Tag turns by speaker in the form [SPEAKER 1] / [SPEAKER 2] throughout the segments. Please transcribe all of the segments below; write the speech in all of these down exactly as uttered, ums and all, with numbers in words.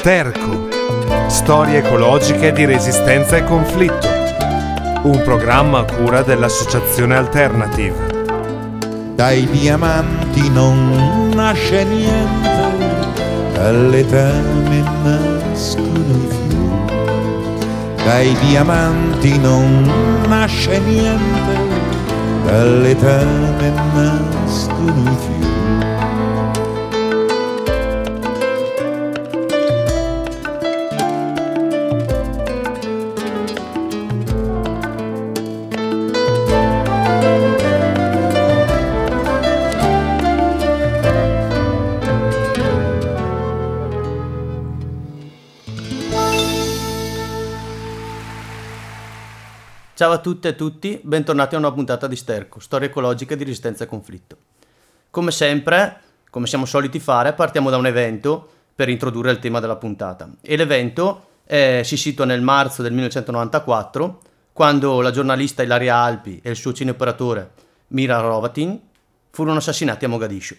[SPEAKER 1] Sterco, storie ecologiche di resistenza e conflitto, un programma a cura dell'Associazione Alternative.
[SPEAKER 2] Dai diamanti non nasce niente, dalle tane nascono i fiori. Dai diamanti non nasce niente, dalle tane nascono i fiori.
[SPEAKER 3] Ciao a tutte e a tutti, bentornati a una puntata di Sterco, storie ecologiche di resistenza e conflitto. Come sempre, come siamo soliti fare, partiamo da un evento per introdurre il tema della puntata. E l'evento eh, si situa nel marzo del millenovecentonovantaquattro, quando la giornalista Ilaria Alpi e il suo cineoperatore Mira Hrovatin furono assassinati a Mogadiscio.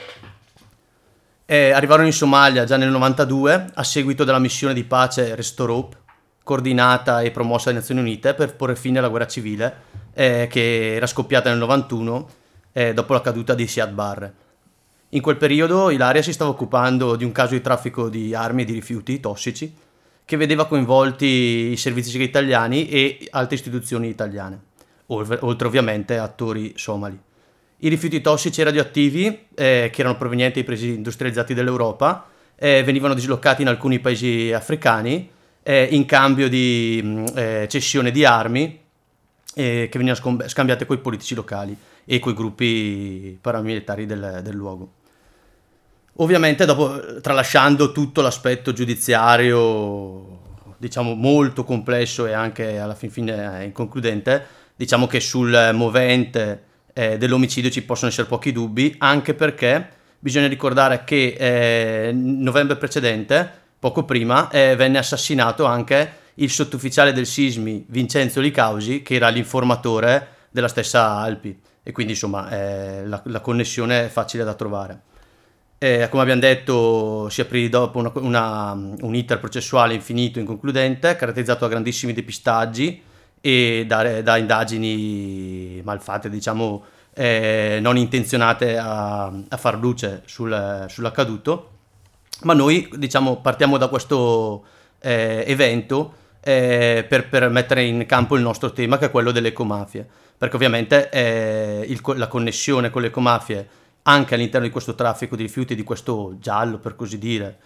[SPEAKER 3] Eh, arrivarono in Somalia già nel novantadue, a seguito della missione di pace Restore Hope, coordinata e promossa dalle Nazioni Unite per porre fine alla guerra civile eh, che era scoppiata nel novantuno eh, dopo la caduta di Siad Barre. In quel periodo Ilaria si stava occupando di un caso di traffico di armi e di rifiuti tossici che vedeva coinvolti i servizi segreti italiani e altre istituzioni italiane, oltre ovviamente attori somali. I rifiuti tossici e radioattivi, eh, che erano provenienti dai paesi industrializzati dell'Europa, eh, venivano dislocati in alcuni paesi africani Eh, in cambio di eh, cessione di armi eh, che venivano scom- scambiate coi politici locali e coi gruppi paramilitari del, del luogo. Ovviamente dopo, tralasciando tutto l'aspetto giudiziario, diciamo molto complesso e anche alla fin fine inconcludente, diciamo che sul movente eh, dell'omicidio ci possono essere pochi dubbi, anche perché bisogna ricordare che eh, novembre precedente, poco prima, eh, venne assassinato anche il sottufficiale del Sismi Vincenzo Licausi, che era l'informatore della stessa Alpi, e quindi insomma eh, la, la connessione è facile da trovare. Eh, come abbiamo detto, si aprì dopo una, una, un iter processuale infinito e inconcludente, caratterizzato da grandissimi depistaggi e da, da indagini malfatte, diciamo eh, non intenzionate a, a far luce sul, sull'accaduto. Ma noi, diciamo, partiamo da questo eh, evento eh, per, per mettere in campo il nostro tema, che è quello delle ecomafie, perché ovviamente eh, il, la connessione con le ecomafie anche all'interno di questo traffico di rifiuti, di questo giallo per così dire,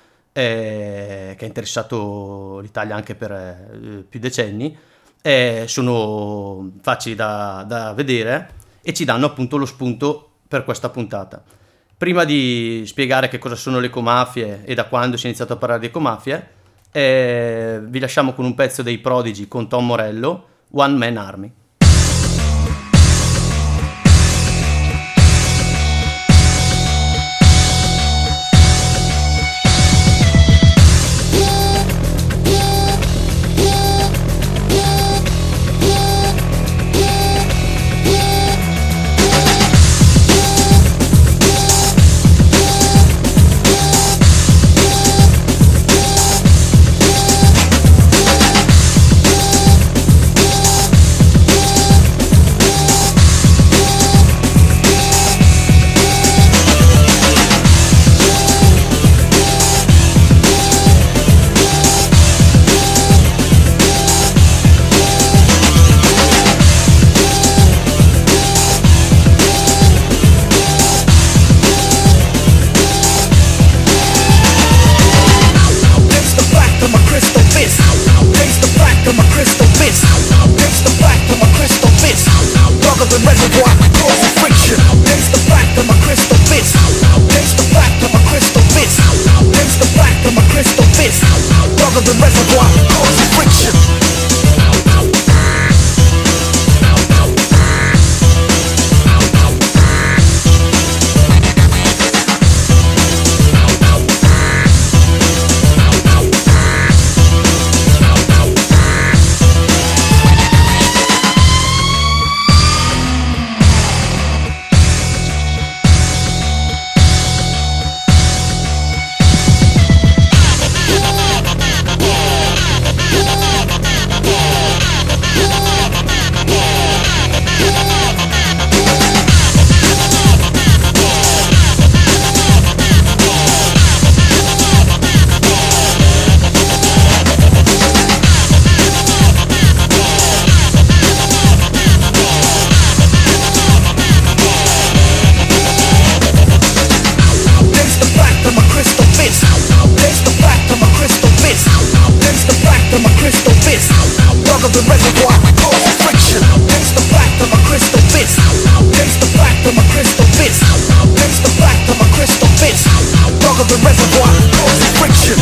[SPEAKER 3] eh, che ha interessato l'Italia anche per eh, più decenni, eh, sono facili da, da vedere e ci danno appunto lo spunto per questa puntata. Prima di spiegare che cosa sono le ecomafie e da quando si è iniziato a parlare di ecomafie, eh, vi lasciamo con un pezzo dei Prodigy con Tom Morello, One Man Army.
[SPEAKER 4] the reservoir, cause friction. Taste the fact of my crystal fist. Taste the fact of my crystal fist. Taste the fact of my crystal fist. Dog of the reservoir, cause friction.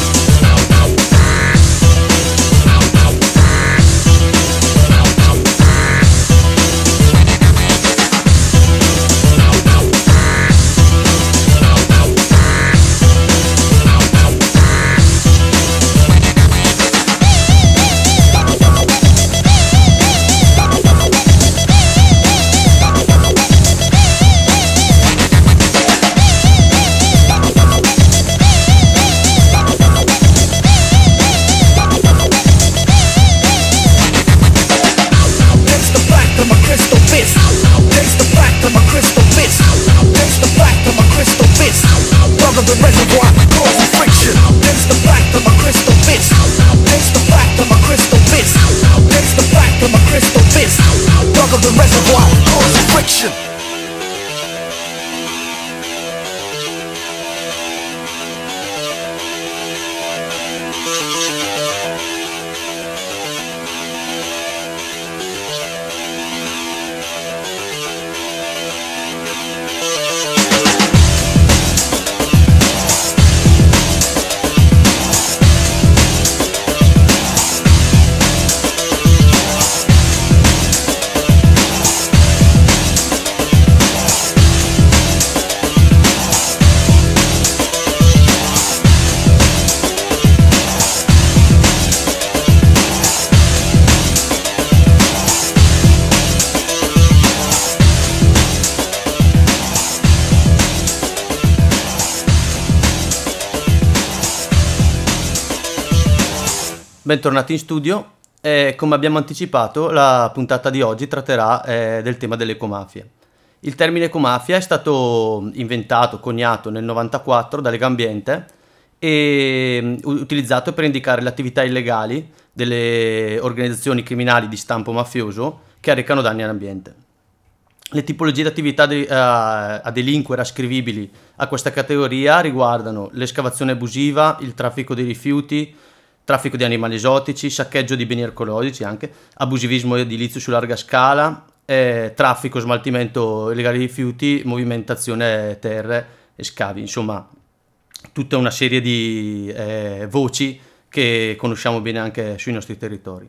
[SPEAKER 3] Bentornati in studio. Eh, come abbiamo anticipato, la puntata di oggi tratterà eh, del tema dell'ecomafia. Il termine ecomafia è stato inventato, coniato nel novantaquattro da Legambiente e utilizzato per indicare le attività illegali delle organizzazioni criminali di stampo mafioso che arrecano danni all'ambiente. Le tipologie di attività de- a-, a delinquere ascrivibili a questa categoria riguardano l'escavazione abusiva, il traffico di rifiuti, traffico di animali esotici, saccheggio di beni archeologici anche, abusivismo edilizio su larga scala, eh, traffico, smaltimento illegale di rifiuti, movimentazione terre e scavi, insomma tutta una serie di eh, voci che conosciamo bene anche sui nostri territori.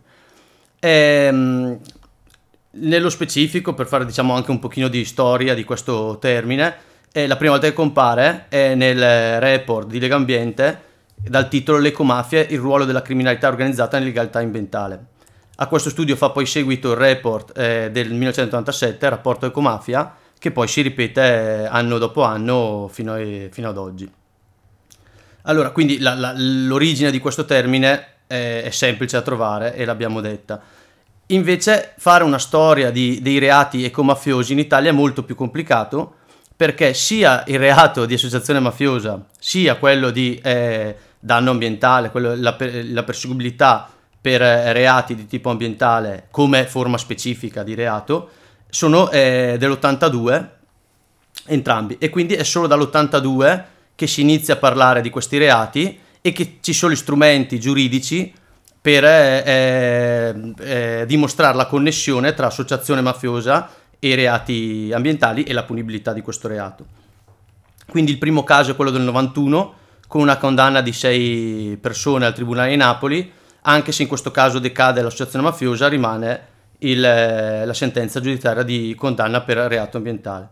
[SPEAKER 3] Ehm, nello specifico, per fare diciamo anche un pochino di storia di questo termine, eh, la prima volta che compare è nel report di Legambiente dal titolo L'ecomafia, il ruolo della criminalità organizzata nell'illegalità ambientale. A questo studio fa poi seguito il report eh, del millenovecentonovantasette, il rapporto Ecomafia, che poi si ripete eh, anno dopo anno fino, a, fino ad oggi. Allora, quindi la, la, l'origine di questo termine è, è semplice da trovare e l'abbiamo detta. Invece fare una storia di, dei reati ecomafiosi in Italia è molto più complicato, perché sia il reato di associazione mafiosa, sia quello di eh, danno ambientale, quello, la, la perseguibilità per reati di tipo ambientale come forma specifica di reato, sono eh, dell'ottantadue entrambi, e quindi è solo dall'ottantadue che si inizia a parlare di questi reati e che ci sono gli strumenti giuridici per eh, eh, dimostrare la connessione tra associazione mafiosa e i reati ambientali e la punibilità di questo reato. Quindi il primo caso è quello del novantuno, con una condanna di sei persone al Tribunale di Napoli. Anche se in questo caso decade l'associazione mafiosa, rimane il, la sentenza giudiziaria di condanna per reato ambientale.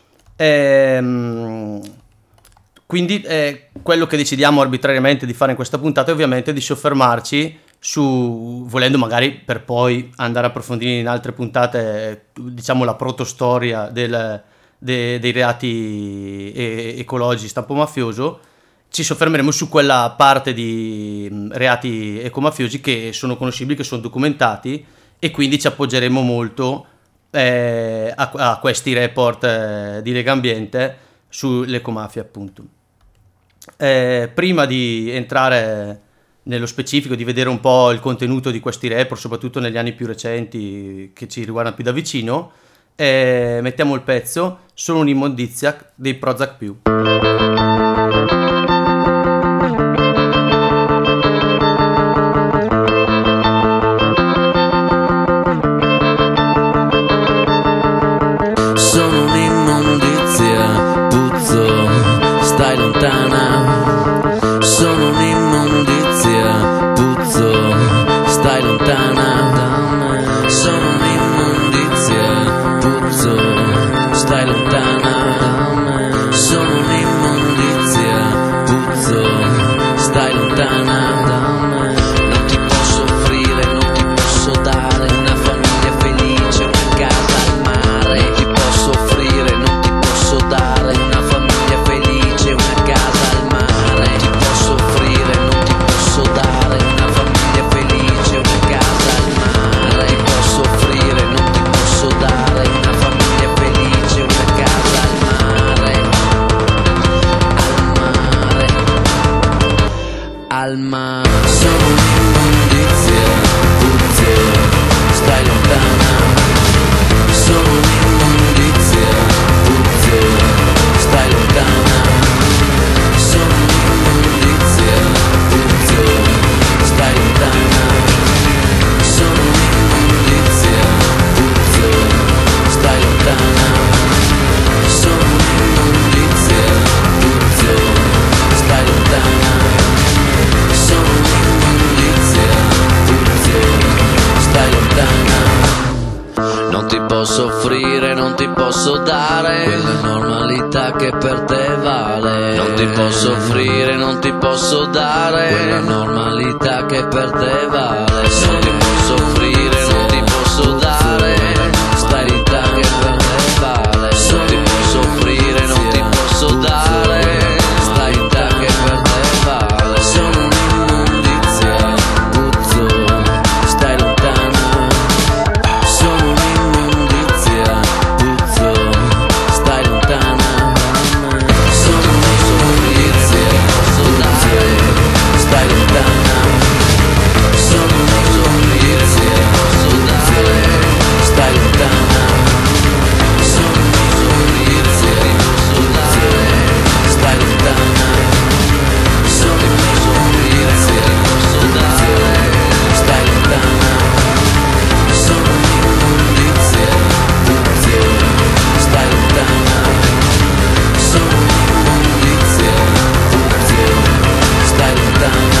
[SPEAKER 3] Ehm, quindi eh, quello che decidiamo arbitrariamente di fare in questa puntata è ovviamente di soffermarci su, volendo magari per poi andare a approfondire in altre puntate, diciamo la protostoria del, de, dei reati e, ecologici stampo mafioso. Ci soffermeremo su quella parte di reati ecomafiosi che sono conoscibili, che sono documentati, e quindi ci appoggeremo molto eh, a, a questi report eh, di Legambiente sull'ecomafia, appunto. Eh, prima di entrare nello specifico, di vedere un po' il contenuto di questi report, soprattutto negli anni più recenti che ci riguardano più da vicino, eh, mettiamo il pezzo Sono un'immondizia dei Prozac più.
[SPEAKER 5] lontana da me. Sono un'immondizia, puzzo, stai lontana da me. Sono un'immondizia, puzzo, stai lontana da me. Non ti posso offrire, non ti posso dare una famiglia felice, una casa al mare. Non ti posso offrire, non ti posso dare una famiglia felice, una casa al mare. Non ti posso offrire, non ti posso dare una famiglia felice, una casa al mare. Non ti posso offrire, non ti posso dare una famiglia felice, una casa al mare. Al mare, al mare. Sono un'immondizia, puzzo, stai lontana. Sono un'immondizia, puzzo, stai lontana. Sono un'immondizia, puzzo, stai lontana. Sono un'immondizia, puzzo, stai lontana. Sono un'immondizia, puzzo, stai lontana. Sono un'immondizia, puzzo, stai lontana. Non ti posso offrire, non ti posso dare quella normalità che per te vale. Non ti posso offrire, non ti posso dare quella normalità che per te vale. Non ti posso offrire, non ti posso dare stai lontana che per te vale. Non ti posso offrire, non ti posso dare stai lontana che per te vale. Sono un'immondizia, puzzo, stai lontana. Sono un'immondizia, puzzo, stai lontana. Sono un'immondizia, puzzo, stai lontana. Sono un'immondizia, puzzo, stai lontana. Sono un'immondizia, puzzo, stai lontana. Sono un'immondizia, puzzo, stai lontana. Sono un'immondizia, puzzo, stai lontana. Sono un'immondizia, puzzo, stai lontana.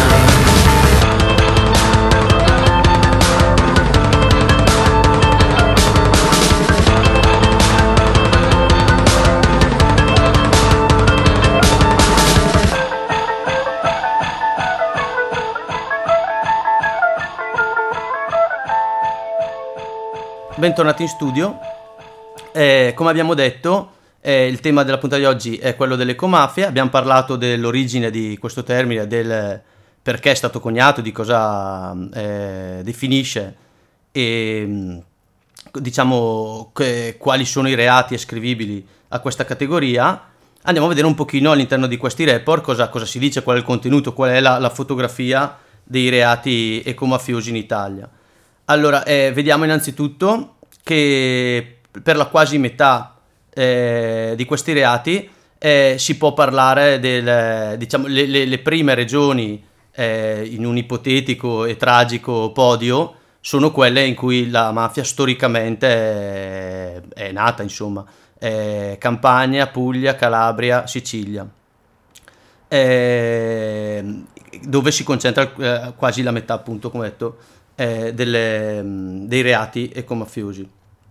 [SPEAKER 3] Bentornati in studio. Eh, come abbiamo detto, eh, il tema della puntata di oggi è quello dell'ecomafia. Abbiamo parlato dell'origine di questo termine, del perché è stato coniato, di cosa eh, definisce e diciamo che, quali sono i reati ascrivibili a questa categoria. Andiamo a vedere un pochino all'interno di questi report cosa, cosa si dice, qual è il contenuto, qual è la, la fotografia dei reati ecomafiosi in Italia. Allora, eh, vediamo innanzitutto che per la quasi metà eh, di questi reati eh, si può parlare del, diciamo, le, le, le prime regioni eh, in un ipotetico e tragico podio sono quelle in cui la mafia storicamente è, è nata, insomma, eh, Campania, Puglia, Calabria, Sicilia, eh, dove si concentra eh, quasi la metà, appunto, come detto, Eh, delle, dei reati ecomafiosi.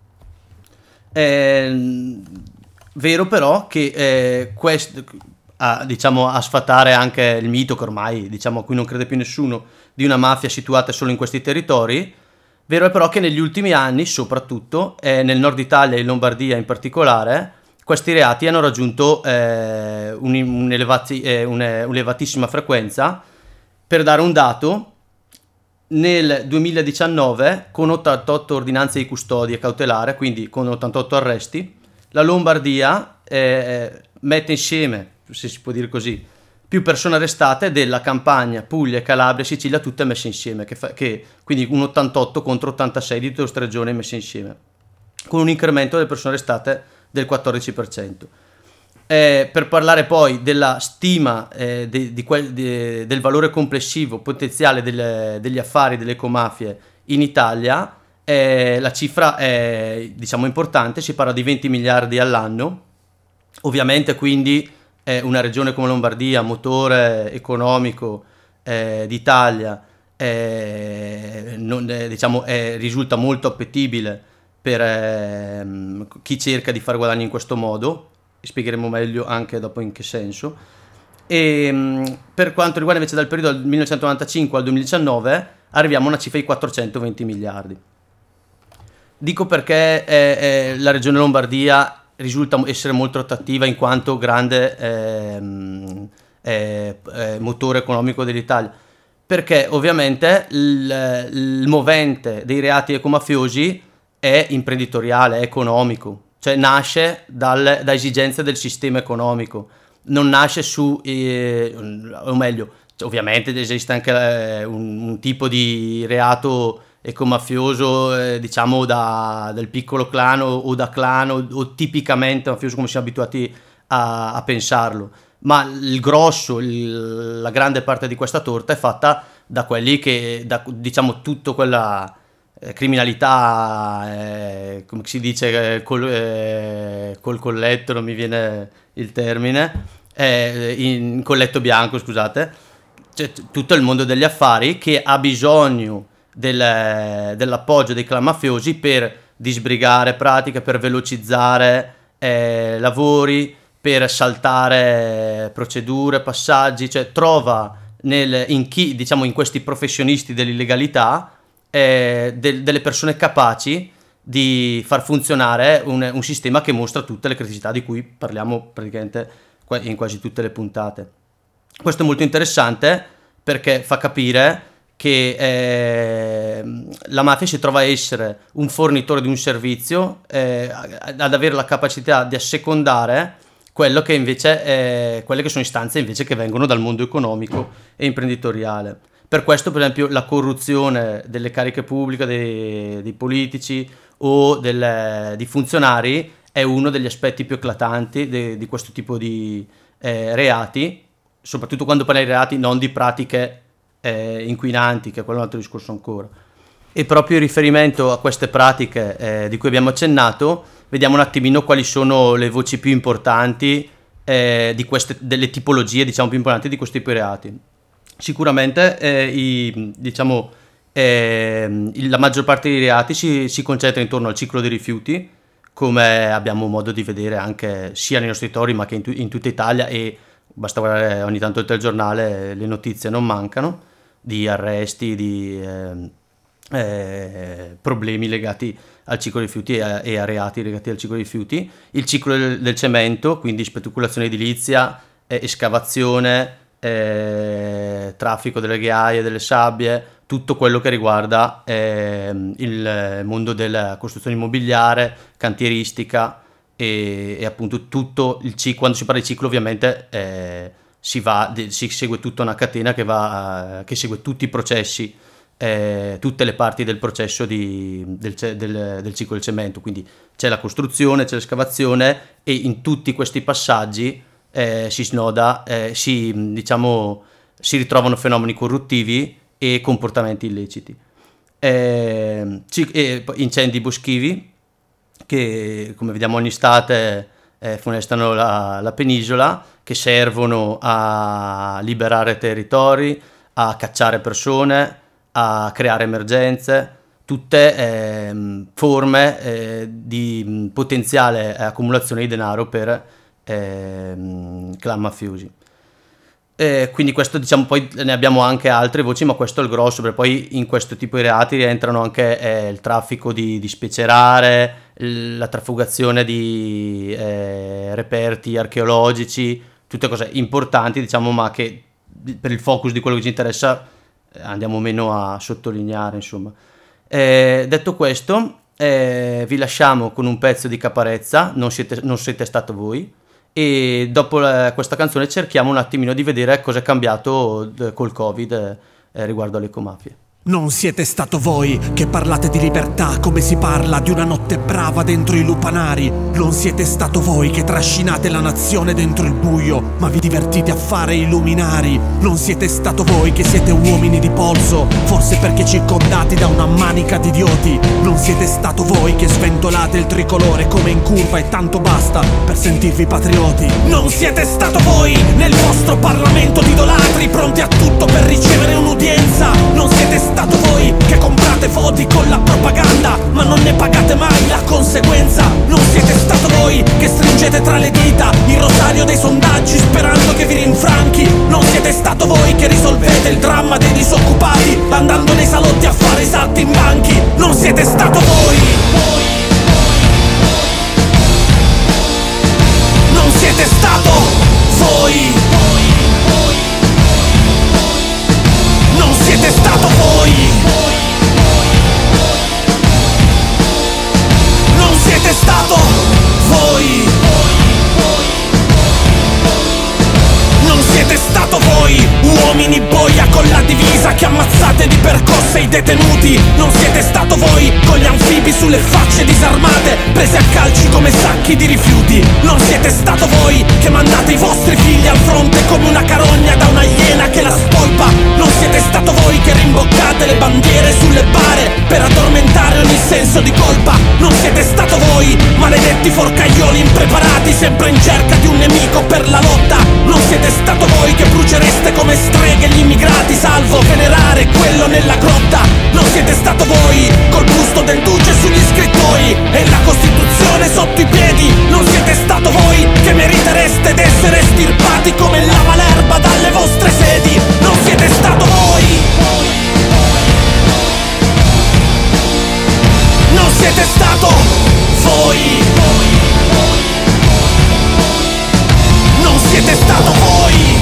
[SPEAKER 3] È vero però che eh, questo, a, diciamo, a sfatare anche il mito che ormai, diciamo, a cui non crede più nessuno, di una mafia situata solo in questi territori. Vero è però che negli ultimi anni, soprattutto eh, nel nord Italia e in Lombardia in particolare, questi reati hanno raggiunto eh, un, un elevati, eh, un'elevatissima frequenza. Per dare un dato, nel duemiladiciannove, con ottantotto ordinanze di custodia cautelare, quindi con ottantotto arresti, la Lombardia eh, mette insieme, se si può dire così, più persone arrestate della Campania, Puglia, Calabria e Sicilia, tutte messe insieme, che fa, che, quindi un ottantotto contro ottantasei di tutte queste regioni messe insieme, con un incremento delle persone arrestate del quattordici per cento. Eh, per parlare poi della stima eh, di, di quel, di, del valore complessivo potenziale delle, degli affari delle ecomafie in Italia, eh, la cifra è, diciamo, importante, si parla di venti miliardi all'anno. Ovviamente quindi eh, una regione come Lombardia, motore economico eh, d'Italia, eh, non, eh, diciamo, eh, risulta molto appetibile per eh, chi cerca di fare guadagni in questo modo. Spiegheremo meglio anche dopo in che senso. E per quanto riguarda invece dal periodo del millenovecentonovantacinque al duemiladiciannove arriviamo a una cifra di quattrocentoventi miliardi. Dico perché eh, eh, la regione Lombardia risulta essere molto attrattiva in quanto grande eh, eh, eh, motore economico dell'Italia, perché ovviamente il, il movente dei reati ecomafiosi è imprenditoriale, è economico, cioè nasce dal, da esigenze del sistema economico, non nasce su, eh, o meglio, cioè, ovviamente esiste anche eh, un, un tipo di reato ecomafioso, eh, diciamo da, del piccolo clan o, o da clan o, o tipicamente mafioso come siamo abituati a, a pensarlo, ma il grosso, il, la grande parte di questa torta è fatta da quelli che, da, diciamo, tutto quella eh, criminalità, eh, come si dice, eh, col, eh, col colletto, non mi viene il termine, eh, in colletto bianco, scusate, cioè, t- tutto il mondo degli affari che ha bisogno del, dell'appoggio dei clan mafiosi per disbrigare pratiche, per velocizzare eh, lavori, per saltare procedure, passaggi, cioè trova nel, in chi, diciamo, in questi professionisti dell'illegalità eh, de, delle persone capaci di far funzionare un, un sistema che mostra tutte le criticità di cui parliamo praticamente in quasi tutte le puntate. Questo è molto interessante perché fa capire che eh, la mafia si trova a essere un fornitore di un servizio, eh, ad avere la capacità di assecondare quello che invece è, quelle che sono istanze invece che vengono dal mondo economico e imprenditoriale. Per questo, per esempio, la corruzione delle cariche pubbliche, dei, dei politici o del, di funzionari è uno degli aspetti più eclatanti de, di questo tipo di eh, reati, soprattutto quando parliamo di reati, non di pratiche eh, inquinanti, che è quello un altro discorso ancora. E proprio in riferimento a queste pratiche eh, di cui abbiamo accennato, vediamo un attimino quali sono le voci più importanti eh, di queste, delle tipologie, diciamo, più importanti di questi tipi di reati. Sicuramente eh, i, diciamo, eh, la maggior parte dei reati si, si concentra intorno al ciclo dei rifiuti, come abbiamo modo di vedere anche sia nei nostri territori ma che in, tu, in tutta Italia, e basta guardare ogni tanto il telegiornale, le notizie non mancano di arresti, di eh, eh, problemi legati al ciclo dei rifiuti e a, e a reati legati al ciclo dei rifiuti. Il ciclo del, del cemento, quindi speculazione edilizia, eh, escavazione, eh, traffico delle ghiaie, delle sabbie, tutto quello che riguarda eh, il mondo della costruzione immobiliare, cantieristica e, e appunto tutto il ciclo. Quando si parla di ciclo ovviamente eh, si, va, si segue tutta una catena che, va, che segue tutti i processi, eh, tutte le parti del processo di, del, del, del ciclo del cemento, quindi c'è la costruzione, c'è l'escavazione e in tutti questi passaggi eh, si snoda, eh, si, diciamo, si ritrovano fenomeni corruttivi e comportamenti illeciti. Eh, e incendi boschivi che, come vediamo ogni estate, eh, funestano la, la penisola, che servono a liberare territori, a cacciare persone, a creare emergenze, tutte eh, forme eh, di potenziale accumulazione di denaro per eh, clan mafiosi. Eh, quindi questo, diciamo, poi ne abbiamo anche altre voci, ma questo è il grosso, perché poi in questo tipo di reati rientrano anche eh, il traffico di, di specie rare, la trafugazione di eh, reperti archeologici, tutte cose importanti, diciamo, ma che per il focus di quello che ci interessa eh, andiamo meno a sottolineare, insomma. Eh, detto questo, eh, vi lasciamo con un pezzo di Caparezza, Non siete, non siete stato voi, e dopo la, questa canzone cerchiamo un attimino di vedere cosa è cambiato d- col Covid eh, riguardo alle ecomafie.
[SPEAKER 6] Non siete stato voi che parlate di libertà come si parla di una notte brava dentro i lupanari. Non siete stato voi che trascinate la nazione dentro il buio, ma vi divertite a fare i luminari. Non siete stato voi che siete uomini di polso, forse perché circondati da una manica di idioti. Non siete stato voi che sventolate il tricolore come in curva e tanto basta per sentirvi patrioti. Non siete stato voi nel vostro parlamento di idolatri, pronti a tutto per ricevere un'udienza. Non siete stato voi che comprate voti con la propaganda, ma non ne pagate mai la conseguenza. Non siete stato voi che stringete tra le dita il rosario dei sondaggi sperando che vi rinfranchi. Non siete stato voi che risolvete il dramma dei disoccupati andando nei salotti a fare i salti in banchi. Non siete stato voi. Non siete stato voi. Non siete stato voi. Non siete stato voi. Non siete stato voi, uomini boia con la divisa che ammazzate di percosse i detenuti. Non siete stato voi, con gli anfibi sulle facce disarmate, prese a calci come sacchi di rifiuti. Non siete stato voi, che mandate i vostri figli al fronte come una carogna da una iena che la spolpa. Non siete stato voi che rimboccate le bandiere sulle bare per addormentare ogni senso di colpa. Non siete stato voi, maledetti forcaioli impreparati, sempre in cerca di un nemico per la lotta. Non siete stato voi che brucereste come streghe gli immigrati salvo venerare quello nella grotta. Non siete stato voi, col busto del duce sugli scrittori e la Costituzione sotto i piedi. Non siete stato voi che meritereste d'essere estirpati come lava l'erba dalle vostre sedi. Non siete stato voi. Non siete stato voi. Non siete stato voi.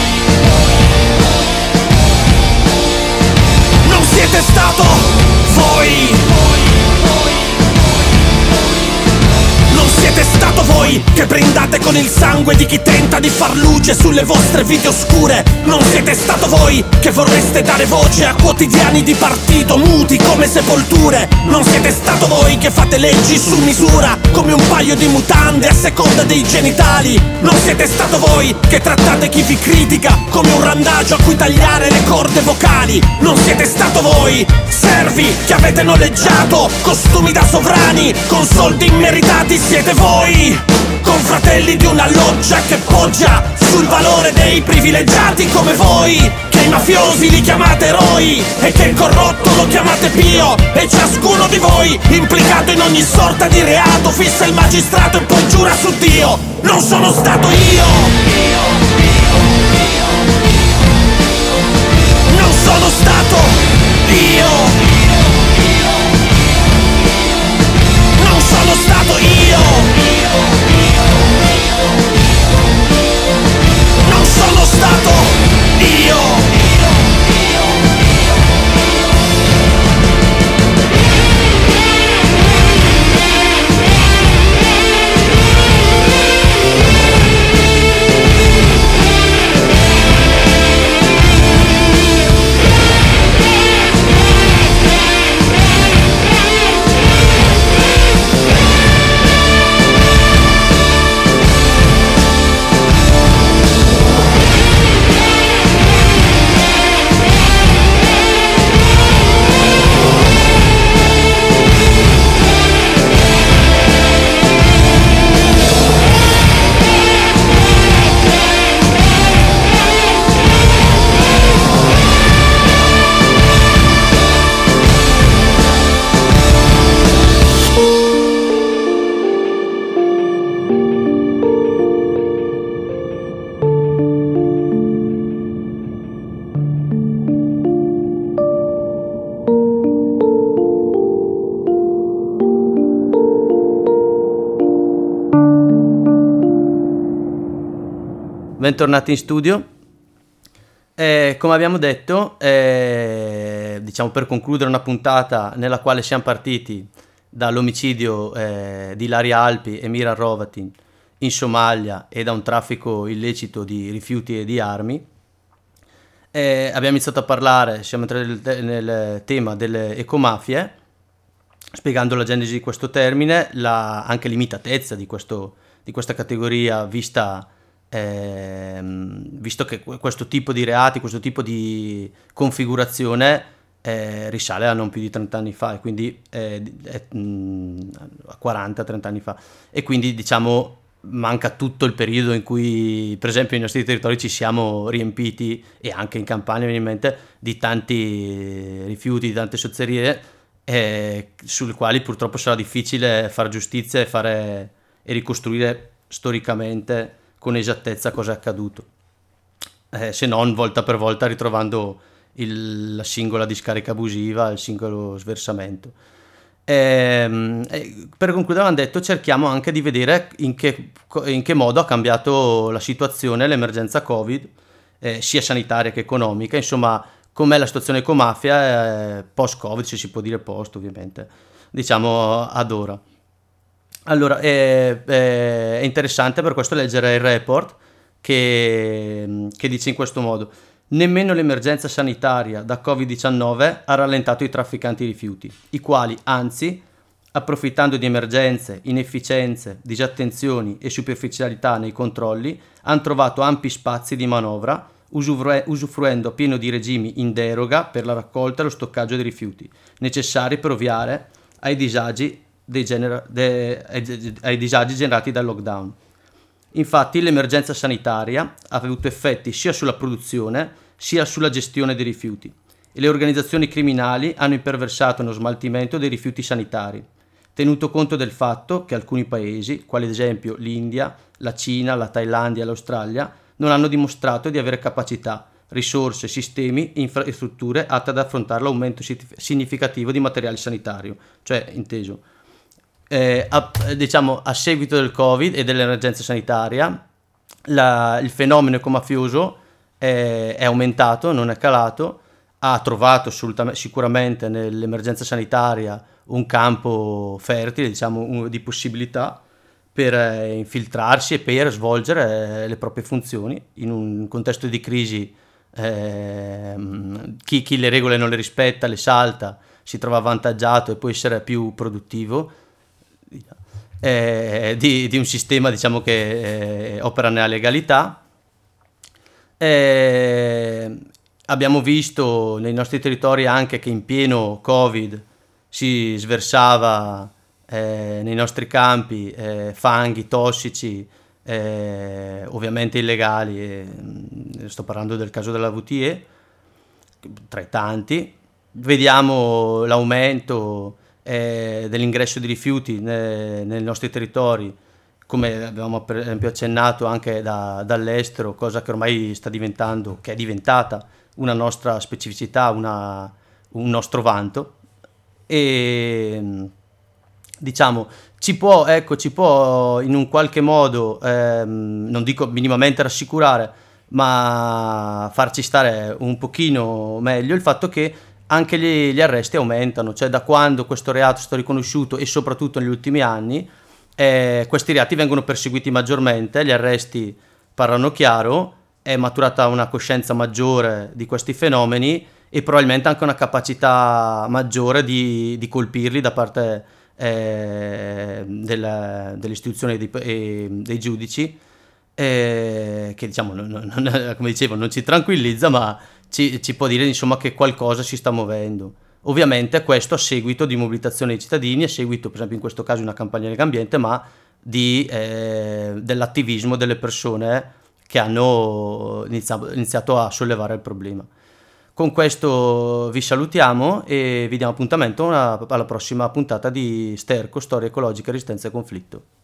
[SPEAKER 6] Non siete stato voi. Non siete stato voi che brindate con il sangue di chi tenta di far luce sulle vostre vite oscure. Non siete stato voi che vorreste dare voce a quotidiani di partito muti come sepolture. Non siete stato voi che fate leggi su misura come un paio di mutande a seconda dei genitali. Non siete stato voi che trattate chi vi critica come un randagio a cui tagliare le corde vocali. Non siete stato voi, servi che avete noleggiato costumi da sovrani con soldi immeritati. Siete voi, confratelli di una loggia che poggia sul valore dei privilegiati come voi, che i mafiosi li chiamate eroi e che il corrotto lo chiamate pio. E ciascuno di voi, implicato in ogni sorta di reato, fissa il magistrato e poi giura su Dio: non sono stato io. Non sono stato io. Non sono stato io. Non sono stato io.
[SPEAKER 3] Bentornati in studio. Eh, come abbiamo detto, eh, diciamo per concludere una puntata nella quale siamo partiti dall'omicidio eh, di Ilaria Alpi e Miran Hrovatin in Somalia e da un traffico illecito di rifiuti e di armi, eh, abbiamo iniziato a parlare, siamo entrati nel, nel tema delle ecomafie, spiegando la genesi di questo termine, la anche limitatezza di, questo, di questa categoria vista... Eh, visto che questo tipo di reati, questo tipo di configurazione eh, risale a non più di trenta anni fa, e quindi eh, è, mh, a quaranta trenta anni fa, e quindi diciamo manca tutto il periodo in cui, per esempio, nei nostri territori ci siamo riempiti, e anche in Campania, viene in mente, di tanti rifiuti, di tante sozzerie, eh, sulle quali purtroppo sarà difficile fare giustizia e, fare, e ricostruire storicamente con esattezza cosa è accaduto, eh, se non volta per volta ritrovando il, la singola discarica abusiva, il singolo sversamento. E, e per concludere, hanno detto, cerchiamo anche di vedere in che, in che modo ha cambiato la situazione, l'emergenza Covid, eh, sia sanitaria che economica, insomma com'è la situazione ecomafia eh, post-Covid, se si può dire post ovviamente, diciamo ad ora. Allora è, è interessante per questo leggere il report che, che dice in questo modo: nemmeno l'emergenza sanitaria da covid diciannove ha rallentato i trafficanti di rifiuti, i quali, anzi, approfittando di emergenze, inefficienze, disattenzioni e superficialità nei controlli, hanno trovato ampi spazi di manovra, usufrue- usufruendo appieno di regimi in deroga per la raccolta e lo stoccaggio dei rifiuti, necessari per ovviare ai disagi, dei gener- de- ai, ai disagi generati dal lockdown. Infatti l'emergenza sanitaria ha avuto effetti sia sulla produzione sia sulla gestione dei rifiuti, e le organizzazioni criminali hanno imperversato uno smaltimento dei rifiuti sanitari, tenuto conto del fatto che alcuni paesi, quali ad esempio l'India, la Cina, la Thailandia e l'Australia, non hanno dimostrato di avere capacità, risorse, sistemi e infrastrutture atte ad affrontare l'aumento significativo di materiale sanitario, cioè inteso. Eh, a, diciamo a seguito del Covid e dell'emergenza sanitaria, la, il fenomeno ecomafioso è, è aumentato, non è calato, ha trovato assolutamente, sicuramente nell'emergenza sanitaria un campo fertile, diciamo, un, di possibilità per eh, infiltrarsi e per svolgere eh, le proprie funzioni in un contesto di crisi. Eh, chi, chi le regole non le rispetta, le salta, si trova avvantaggiato e può essere più produttivo. Eh, di, di un sistema, diciamo, che eh, opera nella legalità. Eh, abbiamo visto nei nostri territori anche che in pieno Covid si sversava eh, nei nostri campi eh, fanghi tossici, eh, ovviamente illegali, eh, sto parlando del caso della V T E, tra i tanti. Vediamo l'aumento Eh, dell'ingresso di rifiuti ne, nei nostri territori, come abbiamo per esempio accennato anche da, dall'estero, cosa che ormai sta diventando, che è diventata una nostra specificità, una, un nostro vanto, e diciamo ci può, ecco, ci può in un qualche modo, ehm, non dico minimamente rassicurare, ma farci stare un pochino meglio il fatto che anche gli, gli arresti aumentano, cioè da quando questo reato è stato riconosciuto, e soprattutto negli ultimi anni, eh, questi reati vengono perseguiti maggiormente, gli arresti parlano chiaro, è maturata una coscienza maggiore di questi fenomeni e probabilmente anche una capacità maggiore di, di colpirli da parte eh, del, delle istituzioni dei, eh, dei giudici, eh, che diciamo, non, non, come dicevo, non ci tranquillizza, ma Ci, ci può dire insomma che qualcosa si sta muovendo. Ovviamente questo a seguito di mobilitazione dei cittadini, a seguito per esempio in questo caso di una campagna Legambiente, ma di, eh, dell'attivismo delle persone che hanno iniziato, iniziato a sollevare il problema. Con questo vi salutiamo e vi diamo appuntamento una, alla prossima puntata di Sterco, Storia Ecologica, Resistenza e Conflitto.